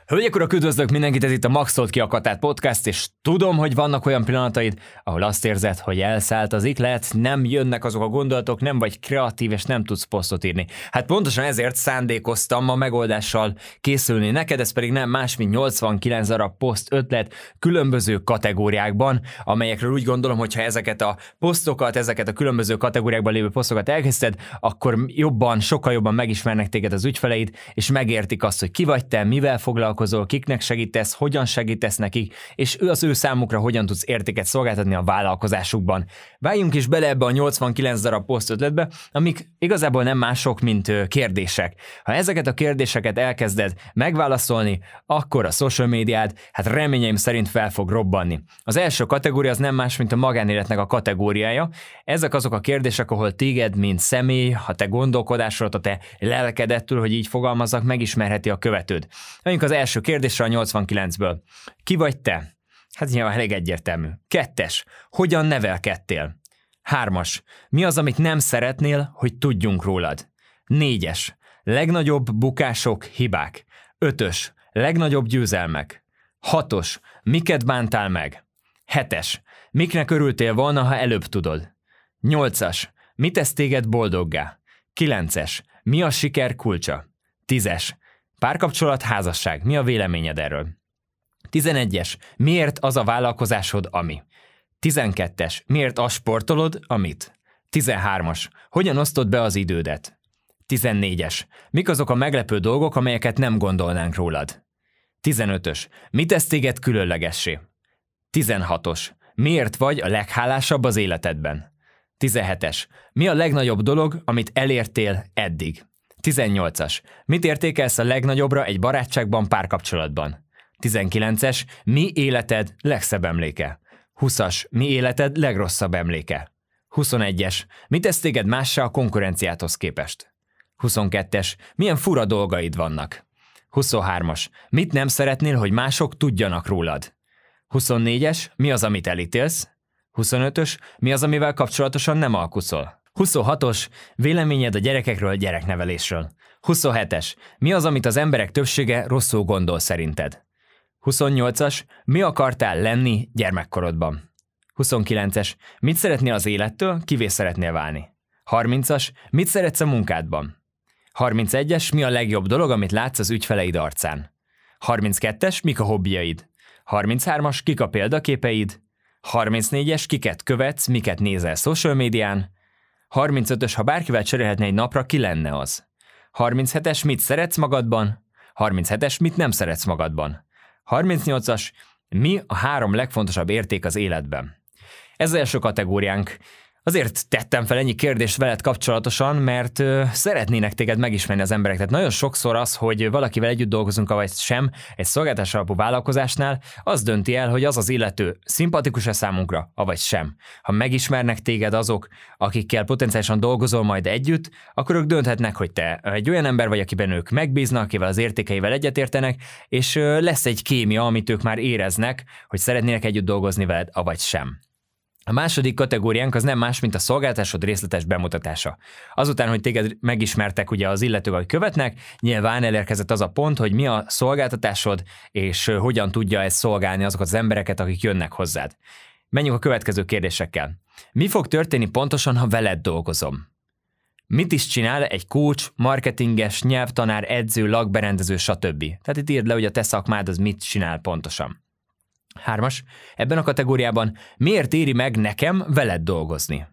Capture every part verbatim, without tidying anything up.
Hölgyek, urak, üdvözlök mindenkit, ez itt a Maxolt ki a Katát podcast, és tudom, hogy vannak olyan pillanataid, ahol azt érzed, hogy elszállt az iklet, nem jönnek azok a gondolatok, nem vagy kreatív, és nem tudsz posztot írni. Hát pontosan ezért szándékoztam ma megoldással készülni neked, ez pedig nem más, mint nyolcvankilenc darab poszt ötlet különböző kategóriákban, amelyekről úgy gondolom, hogy ha ezeket a posztokat, ezeket a különböző kategóriákban lévő posztokat elkezdted, akkor jobban, sokkal jobban megismernek téged az ügyfeleid, és megértik azt, hogy ki vagy te, mivel foglalkozol, kiknek segítesz, hogyan segítesz nekik, és ő az ő számukra hogyan tudsz értéket szolgáltatni a vállalkozásukban. Váljunk is bele ebbe a nyolcvankilenc darab poszt ötletbe, amik igazából nem mások, mint kérdések. Ha ezeket a kérdéseket elkezded megválaszolni, akkor a social médiád, hát reményeim szerint fel fog robbanni. Az első kategória az nem más, mint a magánéletnek a kategóriája. Ezek azok a kérdések, ahol téged, mint személy, ha te gondolkodásodat, a te lelkedettől, hogy így fogalmazzak, megismerheti a követőd. Mondjuk az első kérdésre a nyolcvankilencből. Ki vagy te? Hát nyilván elég egyértelmű. Kettes. Hogyan nevelkedtél? Hármas. Mi az, amit nem szeretnél, hogy tudjunk rólad? Négyes. Legnagyobb bukások, hibák. Ötös. Legnagyobb győzelmek. Hatos. Miket bántál meg? Hetes. Miknek örültél volna, ha előbb tudod? Nyolcas. Mi tesz téged boldoggá? Kilences. Mi a siker kulcsa? Tízes. Párkapcsolat, házasság. Mi a véleményed erről? tizenegyes. Miért az a vállalkozásod, ami? tizenkettes. Miért azt sportolod, amit? tizenhármas. Hogyan osztod be az idődet? tizennégyes. Mik azok a meglepő dolgok, amelyeket nem gondolnánk rólad? tizenötös. Mi tesz téged különlegessé? tizenhatos. Miért vagy a leghálásabb az életedben? tizenhetes. Mi a legnagyobb dolog, amit elértél eddig? tizennyolcas. Mit értékelsz a legnagyobbra egy barátságban, párkapcsolatban? tizenkilences. Mi életed legszebb emléke? huszas. Mi életed legrosszabb emléke? huszonegyes. Mit tesz téged mássá a konkurenciáthoz képest? huszonkettes. Milyen fura dolgaid vannak? huszonhármas. Mit nem szeretnél, hogy mások tudjanak rólad? huszonnégyes. Mi az, amit elítélsz? huszonötös. Mi az, amivel kapcsolatosan nem alkuszol? huszonhatos. Véleményed a gyerekekről, a gyereknevelésről. huszonhetes. Mi az, amit az emberek többsége rosszul gondol szerinted? huszonnyolcas. Mi akartál lenni gyermekkorodban? huszonkilences. Mit szeretnél az élettől, kivé szeretnél válni? harmincas. Mit szeretsz a munkádban? harmincegyes. Mi a legjobb dolog, amit látsz az ügyfeleid arcán? harminckettes. Mik a hobbiaid? harminchármas. Kik a példaképeid? harmincnégyes. Kiket követsz, miket nézel social médián? harmincötös. Ha bárkivel cserélhetne egy napra, ki lenne az? harminchetes. Mit szeretsz magadban? harminchetes. Mit nem szeretsz magadban? harmincnyolcas. Mi a három legfontosabb érték az életben? Ez az első kategóriánk. Azért tettem fel ennyi kérdést veled kapcsolatosan, mert ö, szeretnének téged megismerni az emberek. Tehát nagyon sokszor az, hogy valakivel együtt dolgozunk, vagy sem, egy szolgáltatás alapú vállalkozásnál, az dönti el, hogy az az illető szimpatikus-e számunkra, avagy sem. Ha megismernek téged azok, akikkel potenciálisan dolgozol majd együtt, akkor ők dönthetnek, hogy te egy olyan ember vagy, akiben ők megbíznak, akivel az értékeivel egyetértenek, és ö, lesz egy kémia, amit ők már éreznek, hogy szeretnének együtt dolgozni veled, avagy sem. A második kategóriánk az nem más, mint a szolgáltatásod részletes bemutatása. Azután, hogy téged megismertek ugye az illetők, akik követnek, nyilván elérkezett az a pont, hogy mi a szolgáltatásod, és hogyan tudja ez szolgálni azokat az embereket, akik jönnek hozzád. Menjünk a következő kérdésekkel. Mi fog történni pontosan, ha veled dolgozom? Mit is csinál egy coach, marketinges, nyelvtanár, edző, lakberendező, stb. Tehát itt írd le, hogy a te szakmád az mit csinál pontosan. Hármas. Ebben a kategóriában miért éri meg nekem veled dolgozni?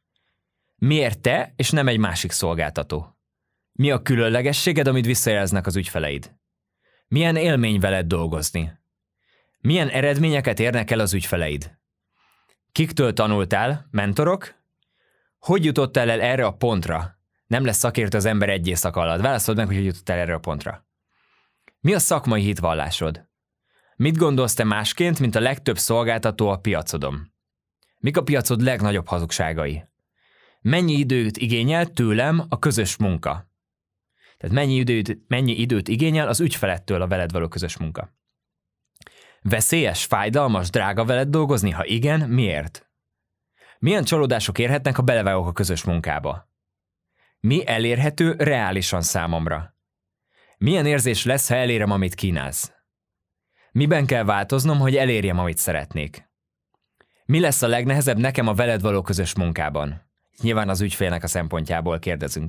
Miért te, és nem egy másik szolgáltató? Mi a különlegességed, amit visszajeleznek az ügyfeleid? Milyen élmény veled dolgozni? Milyen eredményeket érnek el az ügyfeleid? Kiktől tanultál? Mentorok? Hogy jutottál el erre a pontra? Nem lesz szakértő az ember egy éjszaka alatt. Válaszold meg, hogy hogy jutottál erre a pontra. Mi a szakmai hitvallásod? Mit gondolsz te másként, mint a legtöbb szolgáltató a piacodon? Mik a piacod legnagyobb hazugságai? Mennyi időt igényel tőlem a közös munka? Tehát mennyi időt, mennyi időt igényel az ügyfelettől a veled való közös munka? Veszélyes, fájdalmas, drága veled dolgozni? Ha igen, miért? Milyen csalódások érhetnek, ha belevágok a közös munkába? Mi elérhető reálisan számomra? Milyen érzés lesz, ha elérem, amit kínálsz? Miben kell változnom, hogy elérjem, amit szeretnék? Mi lesz a legnehezebb nekem a veled való közös munkában? Nyilván az ügyfélnek a szempontjából kérdezünk.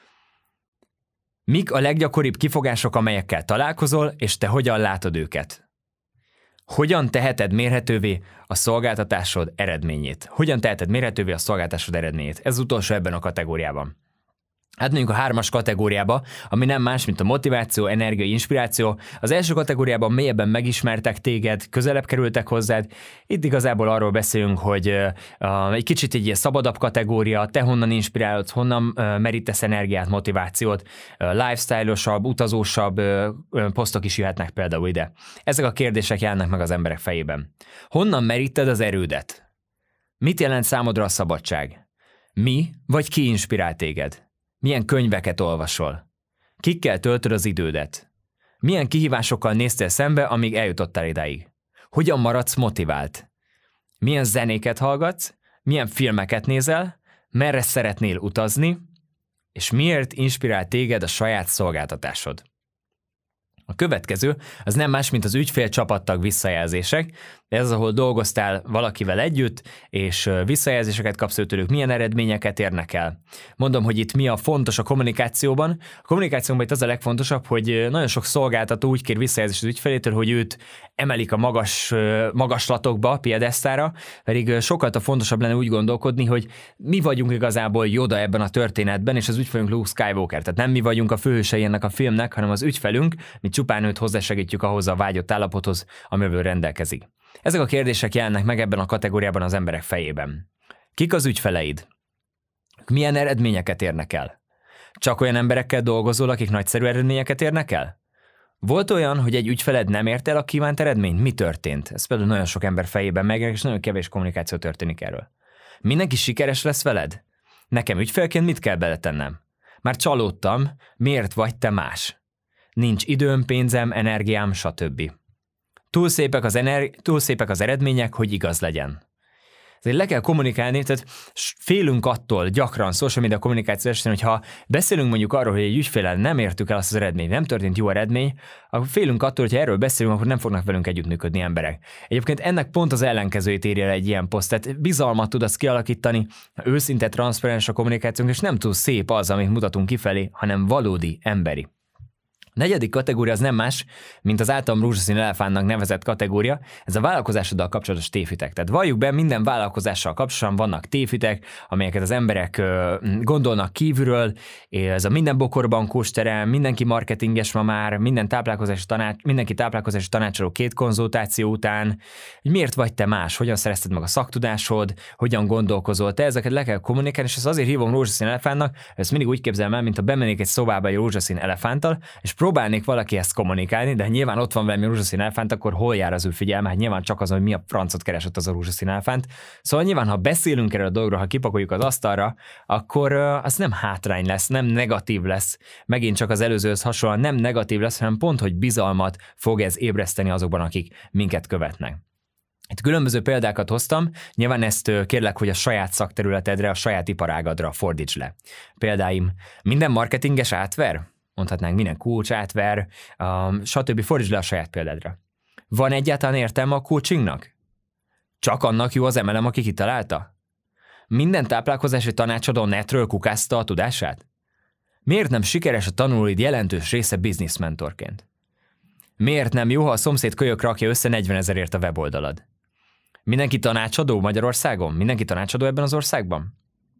Mik a leggyakoribb kifogások, amelyekkel találkozol, és te hogyan látod őket? Hogyan teheted mérhetővé a szolgáltatásod eredményét? Hogyan teheted mérhetővé a szolgáltatásod eredményét? Ez az utolsó ebben a kategóriában. Hát mondjuk a hármas kategóriába, ami nem más, mint a motiváció, energia, inspiráció. Az első kategóriában mélyebben megismertek téged, közelebb kerültek hozzád. Itt igazából arról beszélünk, hogy uh, egy kicsit egy ilyen szabadabb kategória, te honnan inspirálod, honnan uh, merítesz energiát, motivációt, uh, lifestyle-osabb, utazósabb uh, uh, posztok is jöhetnek például ide. Ezek a kérdések jelennek meg az emberek fejében. Honnan meríted az erődet? Mit jelent számodra a szabadság? Mi vagy ki inspirál téged? Milyen könyveket olvasol? Kikkel töltöd az idődet? Milyen kihívásokkal néztél szembe, amíg eljutottál idáig? Hogyan maradsz motivált? Milyen zenéket hallgatsz? Milyen filmeket nézel? Merre szeretnél utazni? És miért inspirál téged a saját szolgáltatásod? A következő az nem más, mint az ügyfél csapattag visszajelzések. Ez, ahol dolgoztál valakivel együtt, és visszajelzéseket kapsz tőlük, milyen eredményeket érnek el. Mondom, hogy itt mi a fontos a kommunikációban. A kommunikációban itt az a legfontosabb, hogy nagyon sok szolgáltató úgy kér visszajelzést az ügyfelétől, hogy őt emelik a magas magaslatokba, piedesztára, pedig sokkal fontosabb lenne úgy gondolkodni, hogy mi vagyunk igazából Yoda ebben a történetben, és az ügyfelünk Luke Skywalker. Tehát nem mi vagyunk a főhősei ennek a filmnek, hanem az ügyfelünk, mi csupán őt hozzásegítjük ahhoz a vágyott állapothoz, amivel rendelkezik. Ezek a kérdések jelennek meg ebben a kategóriában az emberek fejében. Kik az ügyfeleid? Milyen eredményeket érnek el? Csak olyan emberekkel dolgozol, akik nagyszerű eredményeket érnek el? Volt olyan, hogy egy ügyfeled nem ért el a kívánt eredményt? Mi történt? Ez például nagyon sok ember fejében megjelenik, és nagyon kevés kommunikáció történik erről. Mindenki sikeres lesz veled? Nekem ügyfélként mit kell beletennem? Már csalódtam, miért vagy te más? Nincs időm, pénzem, energiám, stb. Túl szépek az, ener- túl szépek az eredmények, hogy igaz legyen. Ezért le kell kommunikálni, tehát félünk attól gyakran social media kommunikáció esetén, hogyha beszélünk mondjuk arról, hogy egy ügyféllel nem értük el azt az eredményt, nem történt jó eredmény, akkor félünk attól, hogyha erről beszélünk, akkor nem fognak velünk együttműködni emberek. Egyébként ennek pont az ellenkezőjét érje el egy ilyen poszt, tehát bizalmat tud azt kialakítani, őszinte, transzparens a kommunikációnk, és nem túl szép az, amit mutatunk kifelé, hanem valódi, emberi. A negyedik kategória az nem más, mint az általam rózsaszín elefántnak nevezett kategória, ez a vállalkozásoddal kapcsolatos tévhitek. Tehát valljuk be, minden vállalkozással kapcsolatban vannak tévhitek, amelyeket az emberek gondolnak kívülről, ez a minden bokorban kósterem, mindenki marketinges ma már, minden táplálkozási tanács, mindenki táplálkozási tanácsoló két konzultáció után, hogy miért vagy te más, hogyan szerezted meg a szaktudásod, hogyan gondolkozol, te ezeket le kell kommunikálni, és ezt azért hívom rózsaszín elefántnak, ezt mindig úgy képzelem el, mint ha bemennék egy szobába egy rózsaszín elefánttal, és próbálnék valaki ezt kommunikálni, de nyilván ott van valami rózsaszín elefánt, akkor hol jár az ő figyelme? Hát nyilván csak az, hogy mi a francot keresett az a rózsaszín elefánt. Szóval nyilván, ha beszélünk erről a dologról, ha kipakoljuk az asztalra, akkor az nem hátrány lesz, nem negatív lesz. Megint csak az előzőhöz hasonlóan nem negatív lesz, hanem pont, hogy bizalmat fog ez ébreszteni azokban, akik minket követnek. Itt különböző példákat hoztam, nyilván ezt kérlek, hogy a saját szakterületedre, a saját iparágadra fordíts le. Példáim, minden marketinges átver? Mondhatnánk, minden coach átver, um, stb. Fordítsd le a saját példádra. Van egyáltalán értelme a coachingnak? Csak annak jó az em el em, aki kitalálta? Minden táplálkozási tanácsadó netről kukázta a tudását? Miért nem sikeres a tanulóid jelentős része business mentorként? Miért nem jó, ha a szomszéd kölyök rakja össze negyvenezerért a weboldalad? Mindenki tanácsadó Magyarországon? Mindenki tanácsadó ebben az országban?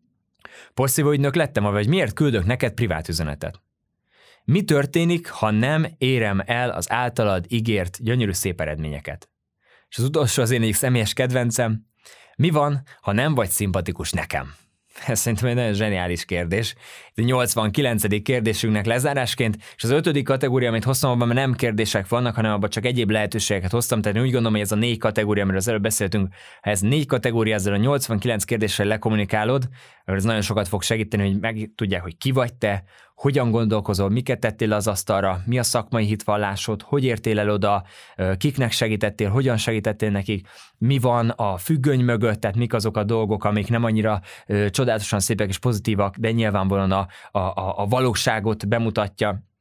Porszívó ügynök lettem, vagy miért küldök neked privát üzenetet? Mi történik, ha nem érem el az általad ígért gyönyörű szép eredményeket? És az utolsó az én egyik személyes kedvencem, mi van, ha nem vagy szimpatikus nekem? Ez szerintem egy nagyon zseniális kérdés. Ez a nyolcvankilencedik kérdésünknek lezárásként, és az ötödik kategória, amit hoztam, abban nem kérdések vannak, hanem abban csak egyéb lehetőségeket hoztam, tehát én úgy gondolom, hogy ez a négy kategória, amiről az előbb beszéltünk, ha ez négy kategória, ezzel a nyolcvankilenc kérdéssel lekommunikálod, ez nagyon sokat fog segíteni, hogy megtudják, hogy ki vagy te, hogyan gondolkozol, miket tettél az asztalra, mi a szakmai hitvallásod, hogy értél el oda, kiknek segítettél, hogyan segítettél nekik, mi van a függöny mögött, tehát mik azok a dolgok, amik nem annyira ö, csodálatosan szépek és pozitívak, de nyilvánvalóan a, a, a valóságot bemutatja.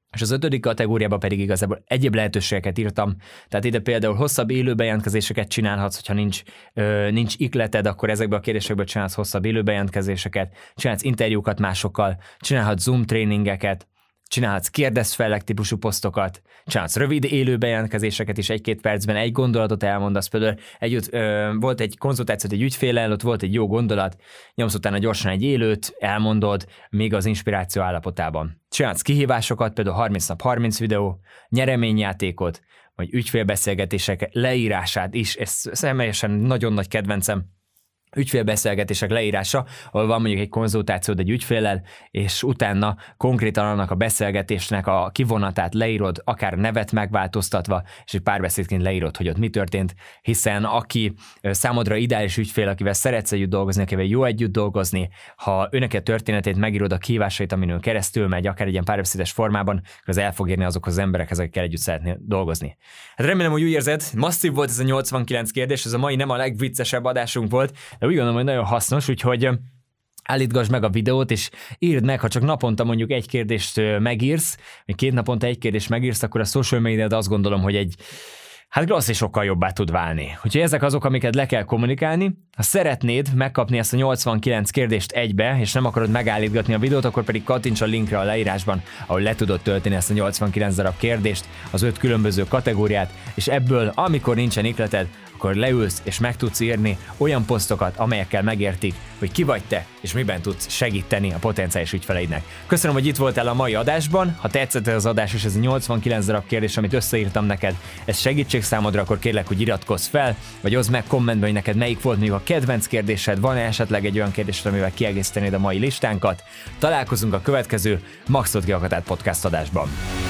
És az ötödik kategóriában pedig igazából egyéb lehetőségeket írtam. Tehát ide például hosszabb élő bejelentkezéseket csinálhatsz, hogyha nincs, ö, nincs ikleted, akkor ezekből a kérdésekből csinálsz hosszabb élő bejelentkezéseket, csinálsz interjúkat másokkal, csinálhatsz Zoom tréningeket, csinálhatsz kérdezz fellek típusú posztokat, csinálhatsz rövid élő bejelentkezéseket is, egy-két percben egy gondolatot elmondasz. Például egy, ö, volt egy konzultáció egy ügyféllel, ott volt egy jó gondolat, nyomsz utána gyorsan egy élőt, elmondod, még az inspiráció állapotában. Csinálhatsz kihívásokat, például harminc nap harminc videó, nyereményjátékot, vagy ügyfélbeszélgetések leírását is, ez személyesen nagyon nagy kedvencem. Ügyfélbeszélgetések leírása, ahol van mondjuk egy konzultációd egy ügyféllel, és utána konkrétan annak a beszélgetésnek a kivonatát leírod, akár nevet megváltoztatva, és egy párbeszédként leírod, hogy ott mi történt, hiszen aki számodra ideális ügyfél, akivel szeretsz együtt dolgozni, akivel jó együtt dolgozni, ha őnek a történetét megírod, a kihívásait, amin ő keresztül megy, akár egy ilyen párbeszédes formában, akkor az el fog érni azokhoz az emberekhez, akikkel együtt szeretnél dolgozni. Hát remélem, hogy úgy érzed, masszív volt ez a nyolcvankilenc kérdés, ez a mai nem a legviccesebb adásunk volt, de úgy gondolom, hogy nagyon hasznos, úgyhogy állítgass meg a videót, és írd meg, ha csak naponta mondjuk egy kérdést megírsz, vagy két naponta egy kérdést megírsz, akkor a social media azt gondolom, hogy egy hát Glassy sokkal jobbá tud válni. Úgyhogy ezek azok, amiket le kell kommunikálni. Ha szeretnéd megkapni ezt a nyolcvankilenc kérdést egybe, és nem akarod megállítgatni a videót, akkor pedig kattints a linkre a leírásban, ahol le tudod tölteni ezt a nyolcvankilenc darab kérdést, az öt különböző kategóriát, és ebből, amikor nincsen ikleted, akkor leülsz és meg tudsz írni olyan posztokat, amelyekkel megértik, hogy ki vagy te, és miben tudsz segíteni a potenciális ügyfeleidnek. Köszönöm, hogy itt voltál a mai adásban. Ha tetszett az adás, és ez a nyolcvankilenc darab kérdés, amit összeírtam neked, ez segítség számodra, akkor kérlek, hogy iratkozz fel, vagy oszd meg kommentben, hogy neked melyik volt még a kedvenc kérdésed, van-e esetleg egy olyan kérdésed, amivel kiegészítenéd a mai listánkat. Találkozunk a következő Maxot Ki Akad Át podcast adásban.